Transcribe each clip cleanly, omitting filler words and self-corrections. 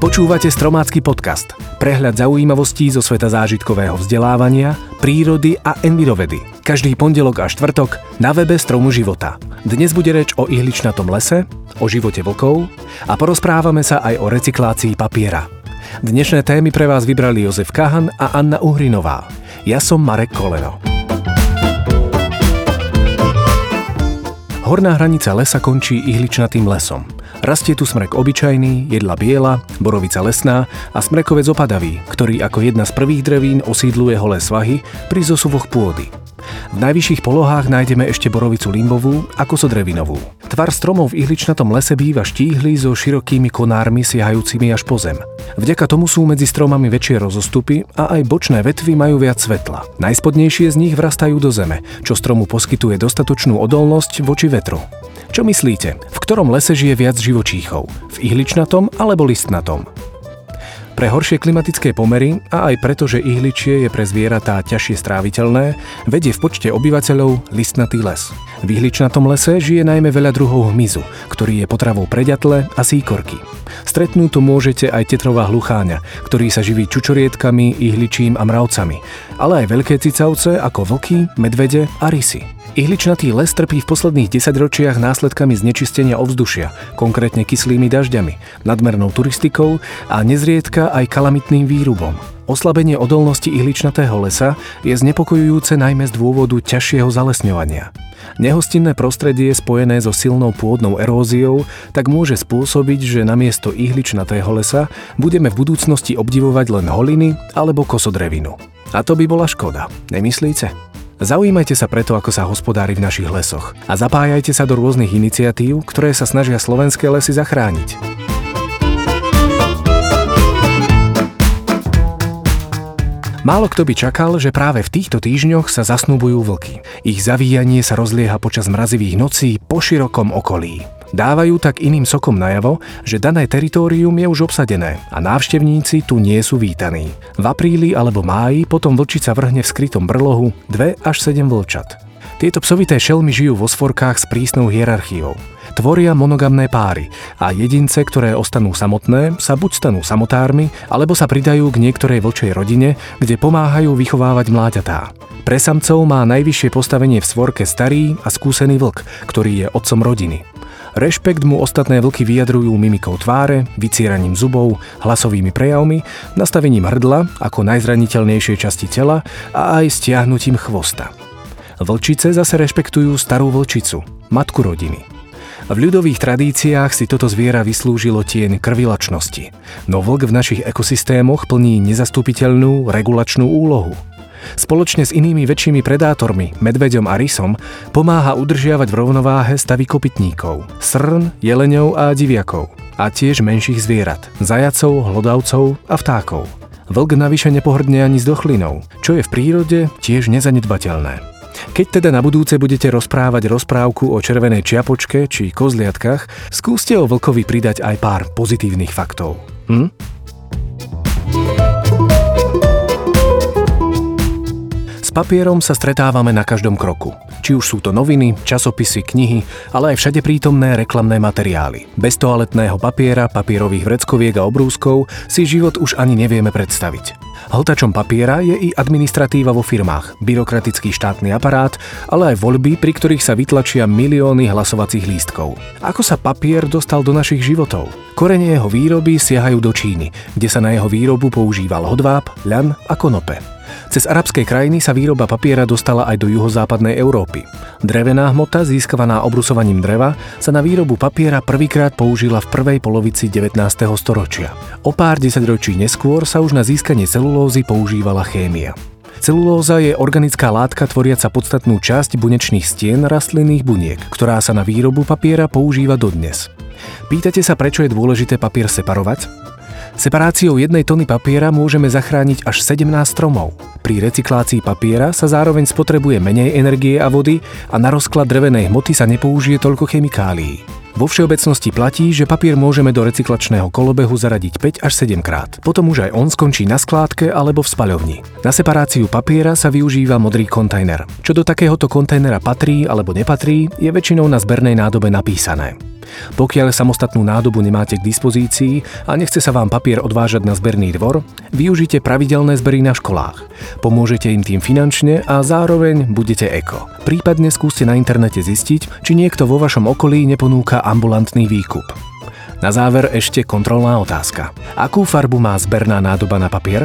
Počúvate Stromácky podcast. Prehľad zaujímavostí zo sveta zážitkového vzdelávania, prírody a envirovedy. Každý pondelok a štvrtok na webe Stromu života. Dnes bude reč o ihličnatom lese, o živote vlkov a porozprávame sa aj o recyklácii papiera. Dnešné témy pre vás vybrali Jozef Kahan a Anna Uhrinová. Ja som Marek Koleno. Horná hranica lesa končí ihličnatým lesom. Rastie tu smrek obyčajný, jedla biela, borovica lesná a smrekovec opadavý, ktorý ako jedna z prvých drevín osídluje holé svahy pri zosuvoch pôdy. V najvyšších polohách nájdeme ešte borovicu limbovú a kosodrevinovú. Tvar stromov v ihličnatom lese býva štíhly so širokými konármi siahajúcimi až po zem. Vďaka tomu sú medzi stromami väčšie rozostupy a aj bočné vetvy majú viac svetla. Najspodnejšie z nich vrastajú do zeme, čo stromu poskytuje dostatočnú odolnosť voči vetru. Čo myslíte, v ktorom lese žije viac živočíchov? V ihličnatom alebo listnatom? Pre horšie klimatické pomery a aj preto, že ihličie je pre zvieratá ťažšie stráviteľné, vedie v počte obyvateľov listnatý les. V ihličnatom lese žije najmä veľa druhov hmyzu, ktorý je potravou pre ďatle a síkorky. Stretnúť tu môžete aj tetrová hlucháňa, ktorý sa živí čučorietkami, ihličím a mravcami, ale aj veľké cicavce ako vlky, medvede a rysy. Ihličnatý les trpí v posledných 10 ročiach následkami znečistenia ovzdušia, konkrétne kyslými dažďami, nadmernou turistikou a nezriedka aj kalamitným výrubom. Oslabenie odolnosti ihličnatého lesa je znepokojujúce najmä z dôvodu ťažšieho zalesňovania. Nehostinné prostredie spojené so silnou pôdnou eróziou tak môže spôsobiť, že namiesto ihličnatého lesa budeme v budúcnosti obdivovať len holiny alebo kosodrevinu. A to by bola škoda, nemyslíte? Zaujímajte sa preto, ako sa hospodári v našich lesoch a zapájajte sa do rôznych iniciatív, ktoré sa snažia slovenské lesy zachrániť. Málo kto by čakal, že práve v týchto týždňoch sa zasnubujú vlky. Ich zavíjanie sa rozlieha počas mrazivých nocí po širokom okolí. Dávajú tak iným sokom najavo, že dané teritórium je už obsadené a návštevníci tu nie sú vítaní. V apríli alebo máji potom vlčica vrhne v skrytom brlohu 2 až 7 vlčat. Tieto psovité šelmy žijú vo svorkách s prísnou hierarchiou. Tvoria monogamné páry a jedince, ktoré ostanú samotné, sa buď stanú samotármi, alebo sa pridajú k niektorej vlčej rodine, kde pomáhajú vychovávať mláďatá. Pre samcov má najvyššie postavenie v svorke starý a skúsený vlk, ktorý je otcom rodiny. Rešpekt mu ostatné vlky vyjadrujú mimikou tváre, vycieraním zubov, hlasovými prejavmi, nastavením hrdla ako najzraniteľnejšej časti tela a aj stiahnutím chvosta. Vlčice zase rešpektujú starú vlčicu, matku rodiny. V ľudových tradíciách si toto zviera vyslúžilo tieň krvilačnosti, no vlk v našich ekosystémoch plní nezastupiteľnú regulačnú úlohu. Spoločne s inými väčšími predátormi, medveďom a rysom, pomáha udržiavať v rovnováhe stavy kopytníkov, srn, jeleňov a diviakov, a tiež menších zvierat, zajacov, hlodavcov a vtákov. Vlk navyše nepohrdne ani s dochlinou, čo je v prírode tiež nezanedbateľné. Keď teda na budúce budete rozprávať rozprávku o červenej čiapočke či kozliatkách, skúste o vlkovi pridať aj pár pozitívnych faktov. S papierom sa stretávame na každom kroku. Či už sú to noviny, časopisy, knihy, ale aj všade prítomné reklamné materiály. Bez toaletného papiera, papierových vreckoviek a obrúskov si život už ani nevieme predstaviť. Hltačom papiera je i administratíva vo firmách, byrokratický štátny aparát, ale aj voľby, pri ktorých sa vytlačia milióny hlasovacích lístkov. Ako sa papier dostal do našich životov? Korene jeho výroby siahajú do Číny, kde sa na jeho výrobu používal hodváb, ľan a konope. Cez arabské krajiny sa výroba papiera dostala aj do juhozápadnej Európy. Drevená hmota, získavaná obrusovaním dreva, sa na výrobu papiera prvýkrát použila v prvej polovici 19. storočia. O pár desaťročí neskôr sa už na získanie celulózy používala chémia. Celulóza je organická látka tvoriaca podstatnú časť bunečných stien rastlinných buniek, ktorá sa na výrobu papiera používa dodnes. Pýtate sa, prečo je dôležité papier separovať? Separáciou 1 tony papiera môžeme zachrániť až 17 stromov. Pri recyklácii papiera sa zároveň spotrebuje menej energie a vody a na rozklad drevenej hmoty sa nepoužije toľko chemikálií. Vo všeobecnosti platí, že papier môžeme do recyklačného kolobehu zaradiť 5 až 7 krát. Potom už aj on skončí na skládke alebo v spaľovni. Na separáciu papiera sa využíva modrý kontajner. Čo do takéhoto kontajnera patrí alebo nepatrí, je väčšinou na zbernej nádobe napísané. Pokiaľ samostatnú nádobu nemáte k dispozícii a nechce sa vám papier odvážať na zberný dvor, využite pravidelné zbery na školách. Pomôžete im tým finančne a zároveň budete eko. Prípadne skúste na internete zistiť, či niekto vo vašom okolí neponúka ambulantný výkup. Na záver ešte kontrolná otázka. Akú farbu má zberná nádoba na papier?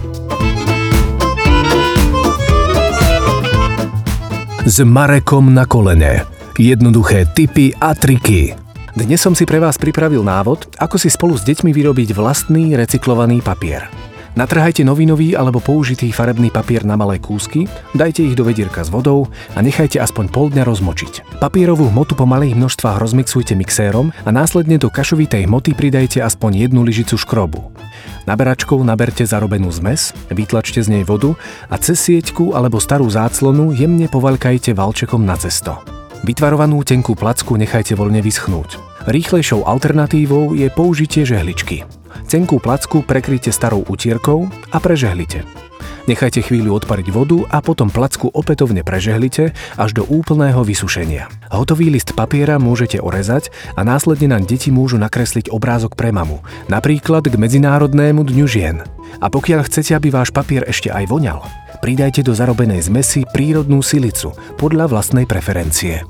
S Marekom na kolene. Jednoduché tipy a triky. Dnes som si pre vás pripravil návod, ako si spolu s deťmi vyrobiť vlastný recyklovaný papier. Natrhajte novinový alebo použitý farebný papier na malé kúsky, dajte ich do vedierka s vodou a nechajte aspoň pol dňa rozmočiť. Papierovú hmotu po malých množstvách rozmixujte mixérom a následne do kašovitej hmoty pridajte aspoň 1 lyžicu škrobu. Naberačkou naberte zarobenú zmes, vytlačte z nej vodu a cez sieťku alebo starú záclonu jemne povaľkajte valčekom na cesto. Vytvarovanú tenkú placku nechajte voľne vyschnúť. Rýchlejšou alternatívou je použitie žehličky. Tenkú placku prekryjte starou utierkou a prežehlite. Nechajte chvíľu odpariť vodu a potom placku opätovne prežehlite až do úplného vysušenia. Hotový list papiera môžete orezať a následne naň deti môžu nakresliť obrázok pre mamu, napríklad k Medzinárodnému dňu žien. A pokiaľ chcete, aby váš papier ešte aj voňal, pridajte do zarobenej zmesi prírodnú silicu podľa vlastnej preferencie.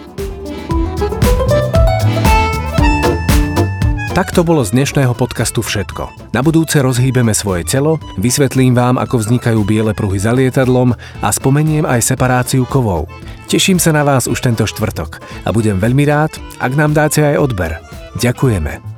Tak to bolo z dnešného podcastu všetko. Na budúce rozhýbeme svoje telo, vysvetlím vám, ako vznikajú biele pruhy za lietadlom a spomeniem aj separáciu kovov. Teším sa na vás už tento štvrtok a budem veľmi rád, ak nám dáte aj odber. Ďakujeme.